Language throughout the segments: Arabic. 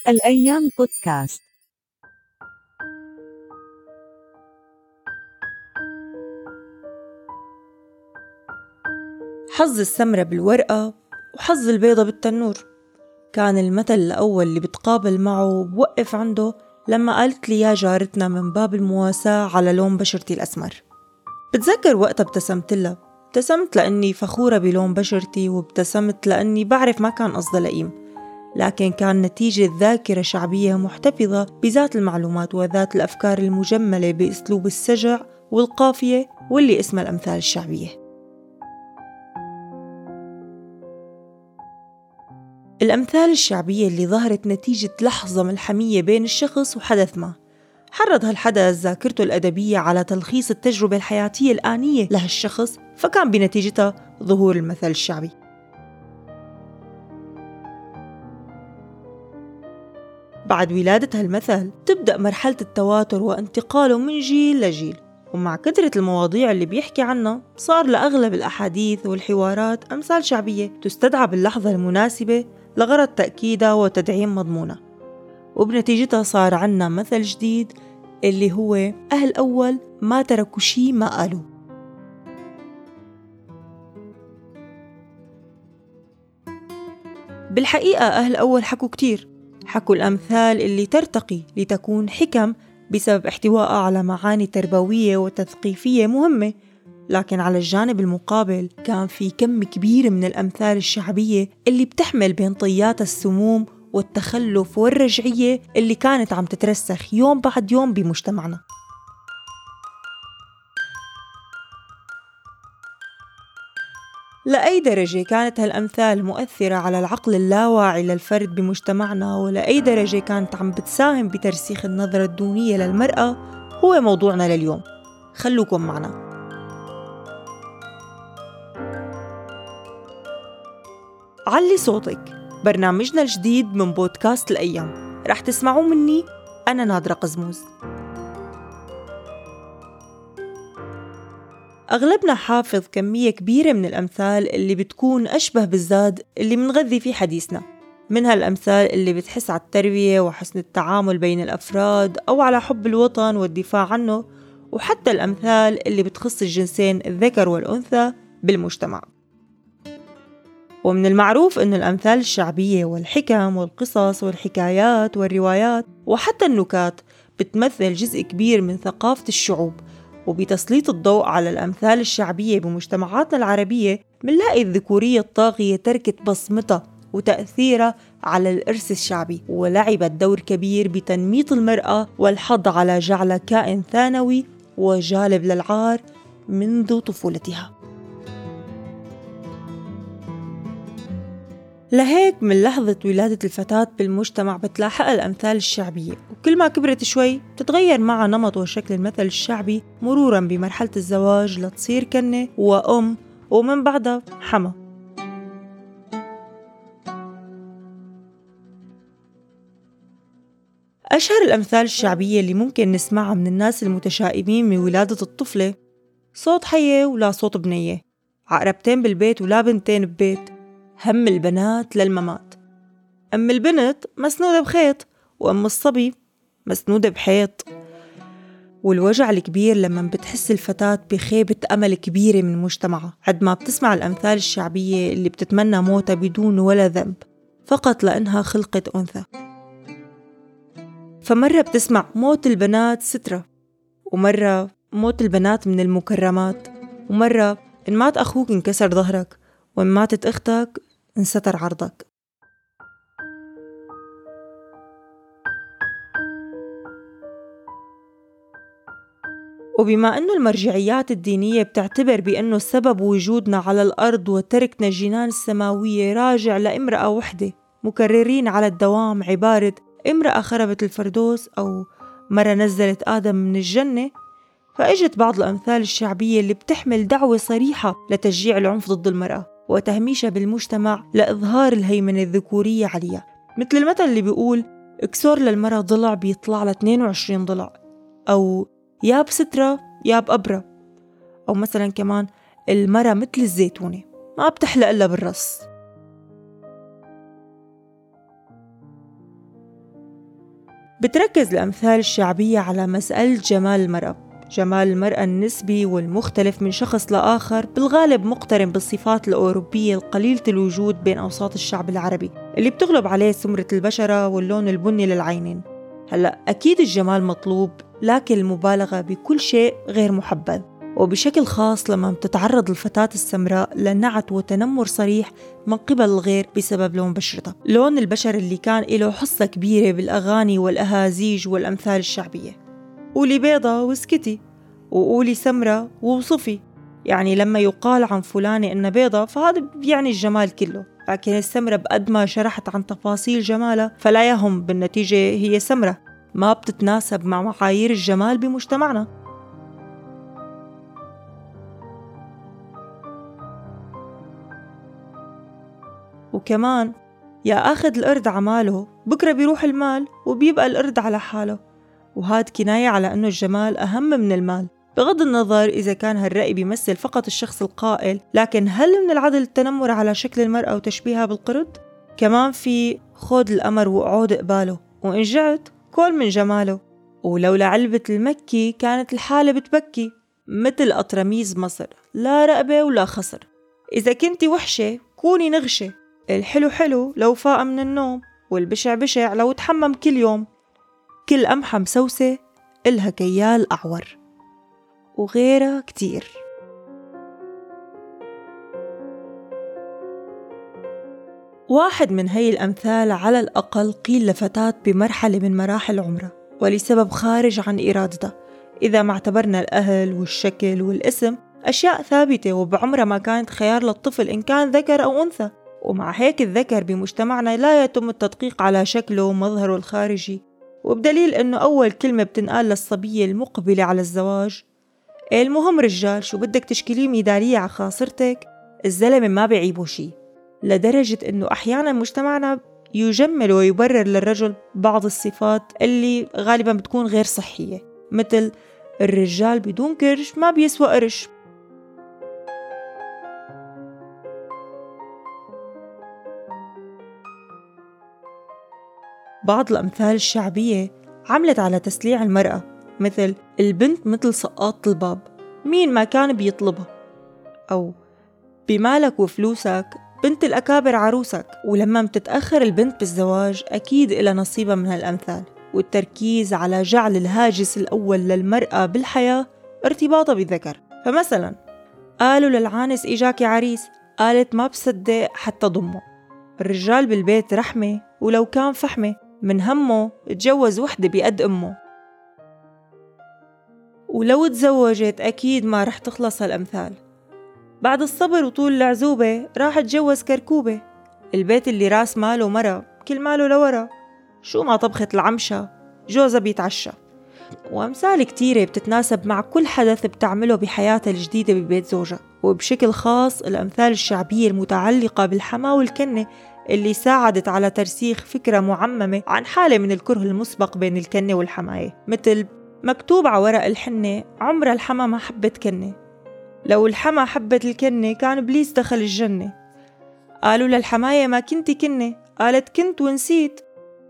الأيام بودكاست. حظ السمرة بالورقة وحظ البيضة بالتنور. كان المثل الأول اللي بتقابل معه بوقف عنده لما قالت لي يا جارتنا من باب المواساة على لون بشرتي الأسمر. بتذكر وقتها ابتسمت لأني فخورة بلون بشرتي، وابتسمت لأني بعرف ما كان قصدها لئيم، لكن كان نتيجة ذاكرة شعبية محتفظة بذات المعلومات وذات الأفكار المجملة بأسلوب السجع والقافية واللي اسمها الأمثال الشعبية. الأمثال الشعبية اللي ظهرت نتيجة لحظة ملحمية بين الشخص وحدث ما، حرض هالحدث ذاكرته الأدبية على تلخيص التجربة الحياتية الآنية لهالشخص، فكان بنتيجتها ظهور المثل الشعبي. بعد ولادة هالمثل تبدأ مرحلة التواتر وانتقاله من جيل لجيل، ومع كثرة المواضيع اللي بيحكي عنها صار لأغلب الأحاديث والحوارات أمثال شعبية تستدعى باللحظة المناسبة لغرض تأكيدها وتدعيم مضمونها، وبنتيجتها صار عنا مثل جديد اللي هو أهل أول ما تركوا شي ما قالوا. بالحقيقة أهل أول حكوا كتير، حكوا الأمثال اللي ترتقي لتكون حكم بسبب احتوائها على معاني تربوية وتثقيفية مهمة، لكن على الجانب المقابل كان في كم كبير من الأمثال الشعبية اللي بتحمل بين طياتها السموم والتخلف والرجعية اللي كانت عم تترسخ يوم بعد يوم بمجتمعنا. لأي درجة كانت هالأمثال مؤثرة على العقل اللاواعي للفرد بمجتمعنا، ولأي درجة كانت عم بتساهم بترسيخ النظرة الدونية للمرأة، هو موضوعنا لليوم. خلوكم معنا. علي صوتك، برنامجنا الجديد من بودكاست الأيام، رح تسمعوا مني أنا نادرة قزموز. أغلبنا حافظ كمية كبيرة من الأمثال اللي بتكون أشبه بالزاد اللي منغذي فيه حديثنا، منها الأمثال اللي بتحس على التربية وحسن التعامل بين الأفراد أو على حب الوطن والدفاع عنه، وحتى الأمثال اللي بتخص الجنسين الذكر والأنثى بالمجتمع. ومن المعروف أن الأمثال الشعبية والحكم والقصص والحكايات والروايات وحتى النكات بتمثل جزء كبير من ثقافة الشعوب، وبتسليط الضوء على الأمثال الشعبية بمجتمعاتنا العربية منلاقي الذكورية الطاغية تركت بصمتها وتأثيرها على الإرث الشعبي، ولعبت دور كبير بتنميط المرأة والحض على جعلها كائن ثانوي وجالب للعار منذ طفولتها. لهيك من لحظة ولادة الفتاة بالمجتمع بتلاحقها الأمثال الشعبية، وكل ما كبرت شوي بتتغير معها نمط وشكل المثل الشعبي مرورا بمرحلة الزواج لتصير كنة وأم، ومن بعدها حما. أشهر الأمثال الشعبية اللي ممكن نسمعها من الناس المتشائمين من ولادة الطفلة: صوت حية ولا صوت بنية، عقربتين بالبيت ولا بنتين ببيت، هم البنات للممات، أم البنت مسنودة بخيط وأم الصبي مسنودة بحيط. والوجع الكبير لما بتحس الفتاة بخيبة أمل كبيرة من مجتمعها عندما بتسمع الأمثال الشعبية اللي بتتمنى موتها بدون ولا ذنب فقط لأنها خلقت أنثى. فمرة بتسمع موت البنات سترة، ومرة موت البنات من المكرمات، ومرة إن مات أخوك انكسر ظهرك، وإن ماتت أختك انستر عرضك. وبما أنه المرجعيات الدينية بتعتبر بأنه سبب وجودنا على الأرض وتركنا الجنان السماوية راجع لامرأة وحدة، مكررين على الدوام عبارة امرأة خربت الفردوس أو مرة نزلت آدم من الجنة، فأجت بعض الأمثال الشعبية اللي بتحمل دعوة صريحة لتشجيع العنف ضد المرأة وتهميشها بالمجتمع لإظهار الهيمنة الذكورية عليها، مثل المثل اللي بيقول اكسور للمرأة ضلع بيطلع لها 22 ضلع، أو يا بسترة يا بأبرة، أو مثلا كمان المرأة مثل الزيتونة ما بتحلق إلا بالرص. بتركز الأمثال الشعبية على مسألة جمال المرأة. جمال المرأة النسبي والمختلف من شخص لآخر، بالغالب مقترن بالصفات الأوروبية القليلة الوجود بين أوساط الشعب العربي، اللي بتغلب عليه سمرة البشرة واللون البني للعينين. هلأ أكيد الجمال مطلوب، لكن المبالغة بكل شيء غير محبذ، وبشكل خاص لما بتتعرض الفتاة السمراء لنعت وتنمر صريح من قبل الغير بسبب لون بشرتها. لون البشر اللي كان له حصة كبيرة بالأغاني والأهازيج والأمثال الشعبية. قولي بيضة واسكتي، وقولي سمرة ووصفي. يعني لما يقال عن فلانة إنها بيضة فهذا بيعني الجمال كله، لكن السمرة بقد ما شرحت عن تفاصيل جمالها فلا يهم، بالنتيجة هي سمرة ما بتتناسب مع معايير الجمال بمجتمعنا. وكمان يا أخذ القرد عماله بكرة بيروح المال وبيبقى القرد على حاله، وهاد كناية على أنه الجمال أهم من المال، بغض النظر إذا كان هالرأي بيمثل فقط الشخص القائل. لكن هل من العدل التنمر على شكل المرأة وتشبيهها بالقرد؟ كمان في خود الأمر وقعود قباله، وإن جعت كل من جماله، ولولا علبة المكي كانت الحالة بتبكي، مثل أطرميز مصر لا رقبة ولا خصر. إذا كنتي وحشة كوني نغشة، الحلو حلو لو فاق من النوم، والبشع بشع لو تحمم كل يوم، كل قمحة مسوسة إلها كيال أعور، وغيرها كتير. واحد من هاي الأمثال على الأقل قيل لفتاة بمرحلة من مراحل عمرها ولسبب خارج عن إرادتها، إذا ما اعتبرنا الأهل والشكل والاسم أشياء ثابتة وبعمرها ما كانت خيار للطفل إن كان ذكر أو أنثى. ومع هيك الذكر بمجتمعنا لا يتم التدقيق على شكله ومظهره الخارجي، وبدليل أنه أول كلمة بتنقال للصبية المقبلة على الزواج المهم رجال شو بدك تشكليه ميدالية على خاصرتك، الزلمة ما بيعيبه شي. لدرجة أنه أحيانا مجتمعنا يجمل ويبرر للرجل بعض الصفات اللي غالبا بتكون غير صحية، مثل الرجال بدون كرش ما بيسوى قرش. بعض الأمثال الشعبية عملت على تسليع المرأة، مثل البنت مثل سقاط الباب مين ما كان بيطلبها، أو بمالك وفلوسك بنت الأكابر عروسك. ولما بتتأخر البنت بالزواج أكيد إلها نصيبة من هالأمثال، والتركيز على جعل الهاجس الأول للمرأة بالحياة ارتباطها بالذكر. فمثلا قالوا للعانس إجاكي عريس، قالت ما بصدق حتى ضمه. الرجال بالبيت رحمة ولو كان فحمة، من همه اتجوز وحدة بقد أمه. ولو تزوجت أكيد ما رح تخلص هالأمثال، بعد الصبر وطول العزوبة راح تجوز كركوبة. البيت اللي راس ماله مرة كل ماله لورا، شو ما طبخت العمشة جوزها بيتعشى. وأمثال كتيرة بتتناسب مع كل حدث بتعمله بحياتها الجديدة ببيت زوجها، وبشكل خاص الأمثال الشعبية المتعلقة بالحما والكنة اللي ساعدت على ترسيخ فكرة معممة عن حالة من الكره المسبق بين الكنة والحماية، مثل مكتوب على ورق الحنة عمر الحما ما حبت كنة، لو الحما حبت الكنة كان إبليس دخل الجنة. قالوا للحماية ما كنتي كنة، قالت كنت ونسيت.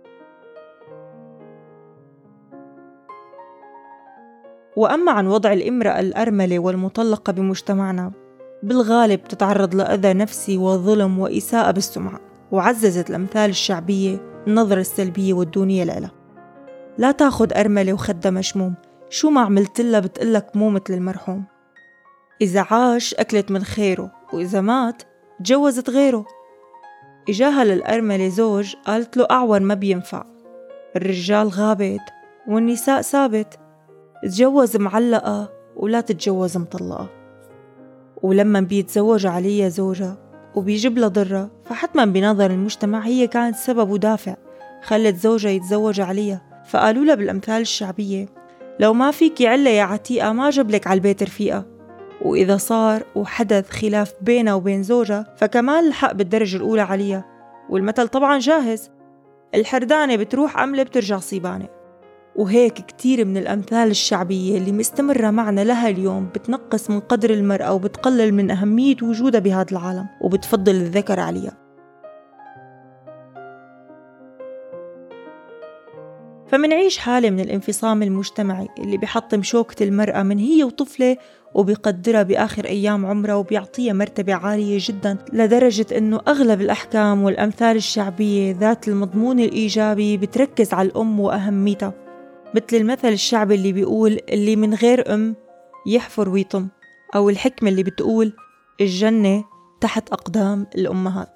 وأما عن وضع الامرأة الأرملة والمطلقة بمجتمعنا، بالغالب تتعرض لأذى نفسي وظلم وإساءة بالسمعة، وعززت الأمثال الشعبية النظرة السلبية والدونية لها. لا تاخد أرملة وخدها مشموم، شو ما عملت لها بتقلك مو مثل المرحوم. إذا عاش أكلت من خيره، وإذا مات تجوزت غيره. إجاها للأرملة زوج قالت له أعور ما بينفع، الرجال غابت والنساء ثابت، تجوز معلقة ولا تتجوز مطلقة. ولما بيتزوج عليها زوجها وبيجيب لها ضرة، فحتما بنظر المجتمع هي كانت سبب ودافع خلت زوجها يتزوج عليها. فقالوا لها بالأمثال الشعبية لو ما فيكي علة يا عتيقة ما جبلك على البيت رفيقة. وإذا صار وحدث خلاف بينها وبين زوجها فكمان الحق بالدرجة الأولى عليها، والمثل طبعا جاهز، الحردانة بتروح عملة بترجع صيبانة. وهيك كتير من الأمثال الشعبية اللي مستمرة معنا لها اليوم بتنقص من قدر المرأة وبتقلل من أهمية وجودها بهذا العالم وبتفضل الذكر عليها. فمنعيش حالة من الانفصام المجتمعي اللي بيحطم شوكة المرأة من هي وطفلة وبيقدرها بآخر أيام عمرها وبيعطيها مرتبة عالية جدا، لدرجة أنه أغلب الأحكام والأمثال الشعبية ذات المضمون الإيجابي بتركز على الأم وأهميتها، مثل المثل الشعبي اللي بيقول اللي من غير أم يحفر ويطم، أو الحكمة اللي بتقول الجنة تحت أقدام الأمهات.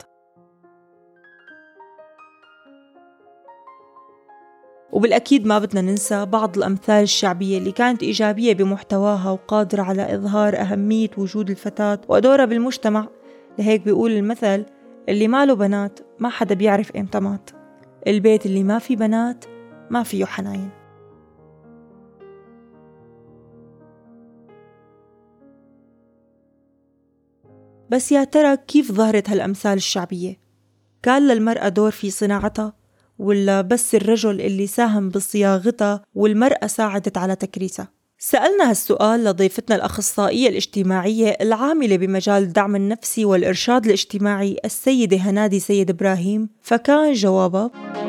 وبالأكيد ما بدنا ننسى بعض الأمثال الشعبية اللي كانت إيجابية بمحتواها وقادرة على إظهار أهمية وجود الفتاة ودورها بالمجتمع. لهيك بيقول المثل اللي ما له بنات ما حدا بيعرف إمتى مات، البيت اللي ما فيه بنات ما فيه حناين. بس يا ترى كيف ظهرت هالأمثال الشعبية؟ كان للمرأة دور في صناعتها ولا بس الرجل اللي ساهم بصياغتها والمرأة ساعدت على تكريسها؟ سألنا هالسؤال لضيفتنا الأخصائية الاجتماعية العاملة بمجال الدعم النفسي والإرشاد الاجتماعي السيدة هنادي سيد إبراهيم، فكان جوابها: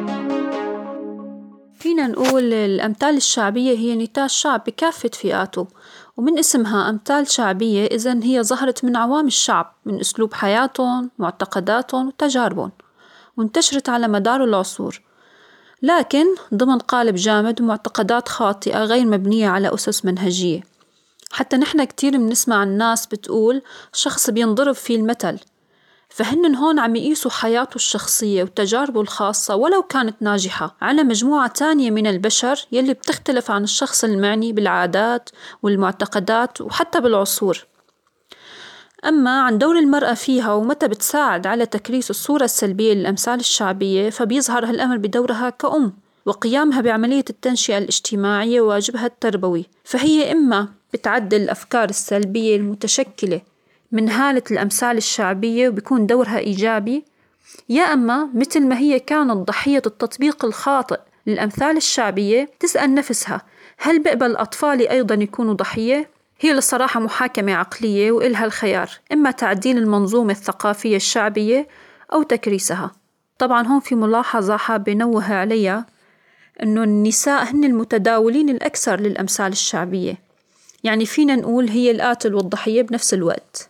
فينا نقول الأمثال الشعبية هي نتاج شعب بكافة فئاته، ومن اسمها أمثال شعبية إذن هي ظهرت من عوام الشعب، من أسلوب حياتهم، معتقداتهم وتجاربهم، وانتشرت على مدار العصور، لكن ضمن قالب جامد ومعتقدات خاطئة غير مبنية على أسس منهجية. حتى نحن كتير بنسمع الناس بتقول شخص بينضرب فيه المثل، فهن هون عم يقيسوا حياته الشخصية وتجاربه الخاصة ولو كانت ناجحة على مجموعة تانية من البشر يلي بتختلف عن الشخص المعني بالعادات والمعتقدات وحتى بالعصور. أما عن دور المرأة فيها ومتى بتساعد على تكريس الصورة السلبية للأمثال الشعبية، فبيظهر هالأمر بدورها كأم وقيامها بعملية التنشئة الاجتماعية وواجبها التربوي. فهي إما بتعدل الأفكار السلبية المتشكلة من هالة الأمثال الشعبية وبيكون دورها إيجابي، يا أما مثل ما هي كانت ضحية التطبيق الخاطئ للأمثال الشعبية تسأل نفسها هل بقبل الأطفال أيضا يكونوا ضحية؟ هي للصراحة محاكمة عقلية وإلها الخيار، إما تعديل المنظومة الثقافية الشعبية أو تكريسها. طبعا هون في ملاحظة حابة نوه عليها، إنه النساء هن المتداولين الأكثر للأمثال الشعبية، يعني فينا نقول هي القاتل والضحية بنفس الوقت.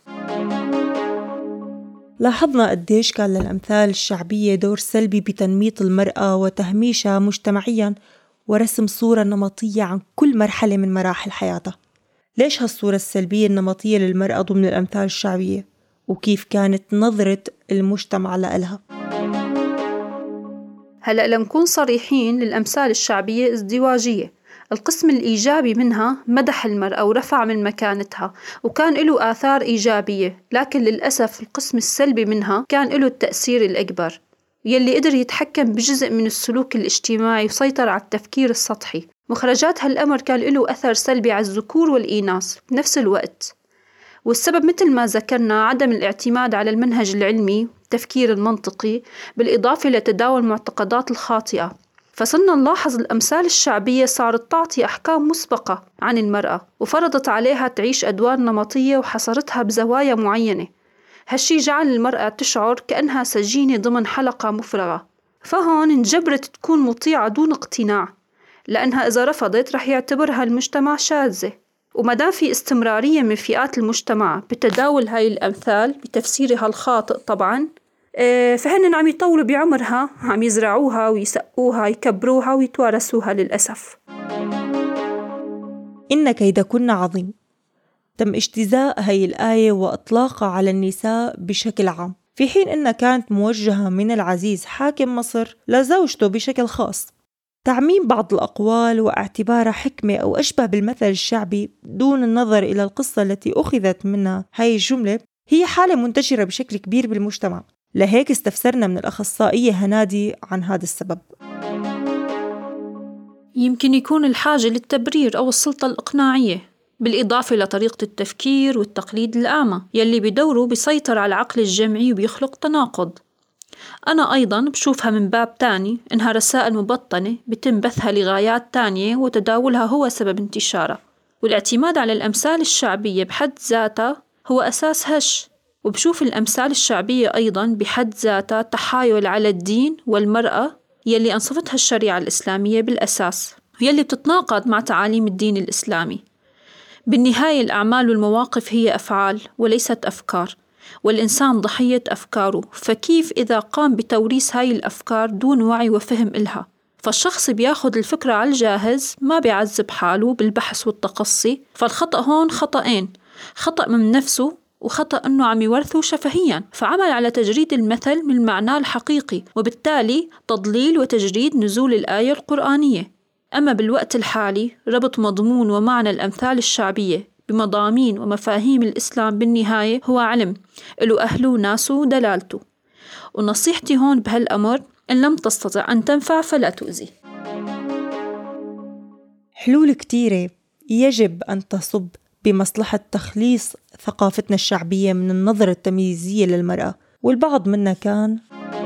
لاحظنا قديش كان للأمثال الشعبية دور سلبي بتنميط المرأة وتهميشها مجتمعياً ورسم صورة نمطية عن كل مرحلة من مراحل حياتها. ليش هالصورة السلبية النمطية للمرأة ضمن الأمثال الشعبية؟ وكيف كانت نظرة المجتمع لها؟ هلأ لنكون صريحين، للأمثال الشعبية ازدواجية. القسم الإيجابي منها مدح المرأة ورفع من مكانتها وكان له آثار إيجابية، لكن للأسف القسم السلبي منها كان له التأثير الأكبر يلي قدر يتحكم بجزء من السلوك الاجتماعي وسيطر على التفكير السطحي. مخرجات هالأمر كان له أثر سلبي على الذكور والإناث بنفس الوقت، والسبب مثل ما ذكرنا عدم الاعتماد على المنهج العلمي والتفكير المنطقي، بالإضافة لتداول المعتقدات الخاطئة. فصرنا نلاحظ الأمثال الشعبية صارت تعطي أحكام مسبقة عن المرأة وفرضت عليها تعيش أدوار نمطية وحصرتها بزوايا معينة. هالشي جعل المرأة تشعر كأنها سجينة ضمن حلقة مفرغة، فهون انجبرت تكون مطيعة دون اقتناع، لأنها إذا رفضت رح يعتبرها المجتمع شاذة. ومدام في استمرارية من فئات المجتمع بتداول هاي الأمثال بتفسيرها الخاطئ طبعاً، فهن عم يطولوا بعمرها، عم يزرعوها ويسقوها يكبروها ويتوارثوها للأسف. إن كيدكن عظيم. تم اجتزاء هاي الآية وإطلاقها على النساء بشكل عام، في حين إنها كانت موجهة من العزيز حاكم مصر لزوجته بشكل خاص. تعميم بعض الأقوال واعتبارها حكمة أو أشبه بالمثل الشعبي دون النظر إلى القصة التي أخذت منها هاي الجملة هي حالة منتشرة بشكل كبير بالمجتمع. لهيك استفسرنا من الأخصائية هنادي عن هذا السبب. يمكن يكون الحاجة للتبرير أو السلطة الإقناعية، بالإضافة لطريقة التفكير والتقليد الأعمى يلي بدوره بيسيطر على العقل الجمعي وبيخلق تناقض. أنا أيضاً بشوفها من باب تاني، إنها رسائل مبطنة بتم بثها لغايات تانية وتداولها هو سبب انتشارها، والاعتماد على الأمثال الشعبية بحد ذاتها هو أساس هش. وبشوف الأمثال الشعبية أيضاً بحد ذاتها تحايل على الدين والمرأة، يلي أنصفتها الشريعة الإسلامية بالأساس، يلي بتتناقض مع تعاليم الدين الإسلامي. بالنهاية الأعمال والمواقف هي أفعال وليست أفكار، والإنسان ضحية أفكاره، فكيف إذا قام بتوريث هاي الأفكار دون وعي وفهم إلها؟ فالشخص بياخد الفكرة على الجاهز، ما بيعذب حاله بالبحث والتقصي. فالخطأ هون خطأين: خطأ من نفسه، وخطأ أنه عم يورثه شفهياً، فعمل على تجريد المثل من معناه الحقيقي، وبالتالي تضليل وتجريد نزول الآية القرآنية. أما بالوقت الحالي ربط مضمون ومعنى الأمثال الشعبية بمضامين ومفاهيم الإسلام بالنهاية هو علم له أهله وناسه ودلالته. ونصيحتي هون بهالأمر: إن لم تستطع أن تنفع فلا تؤذي. حلول كتيرة يجب أن تصب بمصلحة تخليص ثقافتنا الشعبية من النظرة التمييزية للمرأة، والبعض منا كان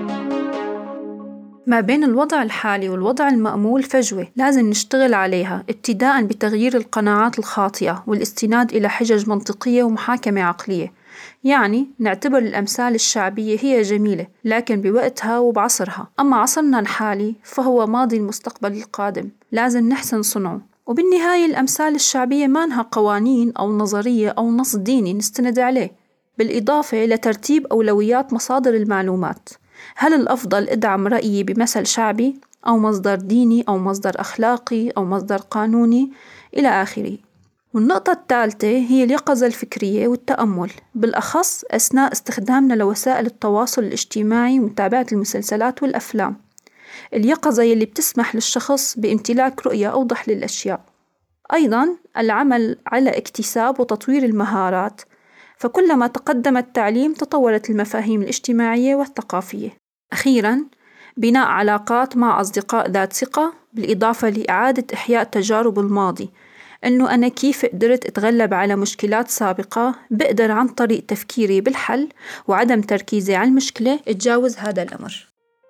ما بين الوضع الحالي والوضع المأمول فجوة لازم نشتغل عليها، ابتداءً بتغيير القناعات الخاطئة والاستناد إلى حجج منطقية ومحاكمة عقلية. يعني نعتبر الأمثال الشعبية هي جميلة لكن بوقتها وبعصرها، أما عصرنا الحالي فهو ماضي المستقبل القادم، لازم نحسن صنعه. وبالنهاية الأمثال الشعبية ما إنها قوانين أو نظرية أو نص ديني نستند عليه، بالإضافة لترتيب أولويات مصادر المعلومات. هل الأفضل أدعم رأيي بمثل شعبي أو مصدر ديني أو مصدر أخلاقي أو مصدر قانوني إلى آخره؟ والنقطة الثالثة هي اليقظة الفكرية والتأمل، بالأخص أثناء استخدامنا لوسائل التواصل الاجتماعي ومتابعة المسلسلات والأفلام. اليقظة يلي بتسمح للشخص بامتلاك رؤية أوضح للأشياء. أيضاً العمل على اكتساب وتطوير المهارات، فكلما تقدم التعليم تطورت المفاهيم الاجتماعية والثقافية. أخيراً بناء علاقات مع أصدقاء ذات ثقة، بالإضافة لإعادة إحياء تجارب الماضي، إنه أنا كيف قدرت أتغلب على مشكلات سابقة، بقدر عن طريق تفكيري بالحل وعدم تركيزي على المشكلة أتجاوز هذا الأمر.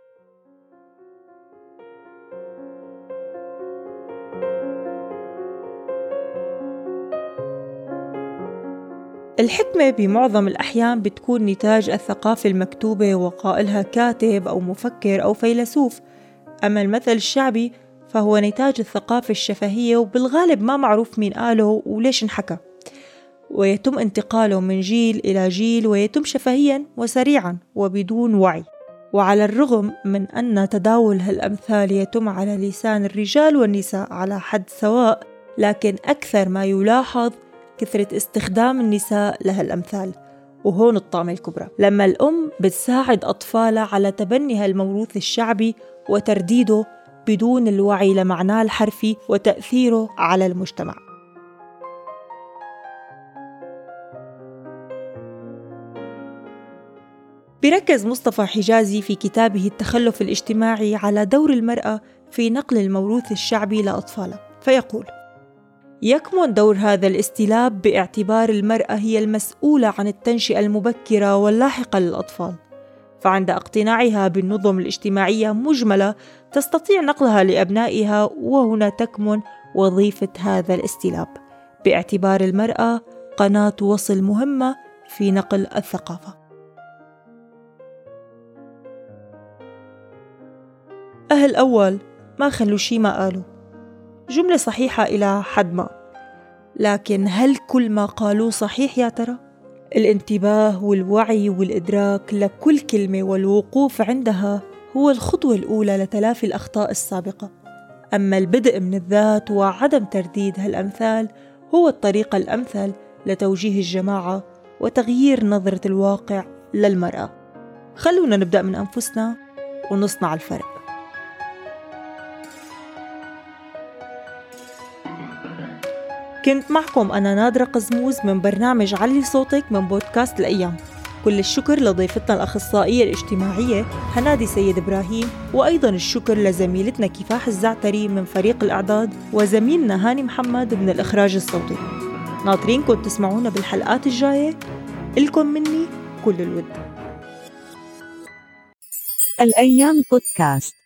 الحكمة بمعظم الأحيان بتكون نتاج الثقافة المكتوبة وقائلها كاتب أو مفكر أو فيلسوف، أما المثل الشعبي فهو نتاج الثقافة الشفهية وبالغالب ما معروف مين قاله وليش انحكى، ويتم انتقاله من جيل إلى جيل، ويتم شفهياً وسريعاً وبدون وعي. وعلى الرغم من أن تداول هالأمثال يتم على لسان الرجال والنساء على حد سواء، لكن أكثر ما يلاحظ كثرة استخدام النساء لهالأمثال. وهون الطامة الكبرى، لما الأم بتساعد أطفالها على تبني هالموروث الشعبي وترديده بدون الوعي لمعناه الحرفي وتأثيره على المجتمع. بركز مصطفى حجازي في كتابه التخلف الاجتماعي على دور المرأة في نقل الموروث الشعبي لأطفالها، فيقول: يكمن دور هذا الاستلاب باعتبار المرأة هي المسؤولة عن التنشئة المبكرة واللاحقة للأطفال، فعند اقتناعها بالنظم الاجتماعية مجملة تستطيع نقلها لأبنائها، وهنا تكمن وظيفة هذا الاستلاب باعتبار المرأة قناة وصل مهمة في نقل الثقافة. أهل أول ما خلوا شي ما قالوا، جملة صحيحة إلى حد ما، لكن هل كل ما قالوه صحيح يا ترى؟ الانتباه والوعي والإدراك لكل كلمة والوقوف عندها هو الخطوة الأولى لتلافي الأخطاء السابقة، أما البدء من الذات وعدم ترديد هالأمثال هو الطريقة الأمثل لتوجيه الجماعة وتغيير نظرة الواقع للمرأة. خلونا نبدأ من أنفسنا ونصنع الفرق. كنت معكم أنا نادرة قزموز من برنامج علي صوتك من بودكاست الأيام. كل الشكر لضيفتنا الأخصائية الاجتماعية هنادي سيد إبراهيم، وأيضا الشكر لزميلتنا كفاح الزعتري من فريق الإعداد، وزميلنا هاني محمد من الإخراج الصوتي. ناطرينكم تسمعونا بالحلقات الجاية، إلكم مني كل الود. الأيام بودكاست.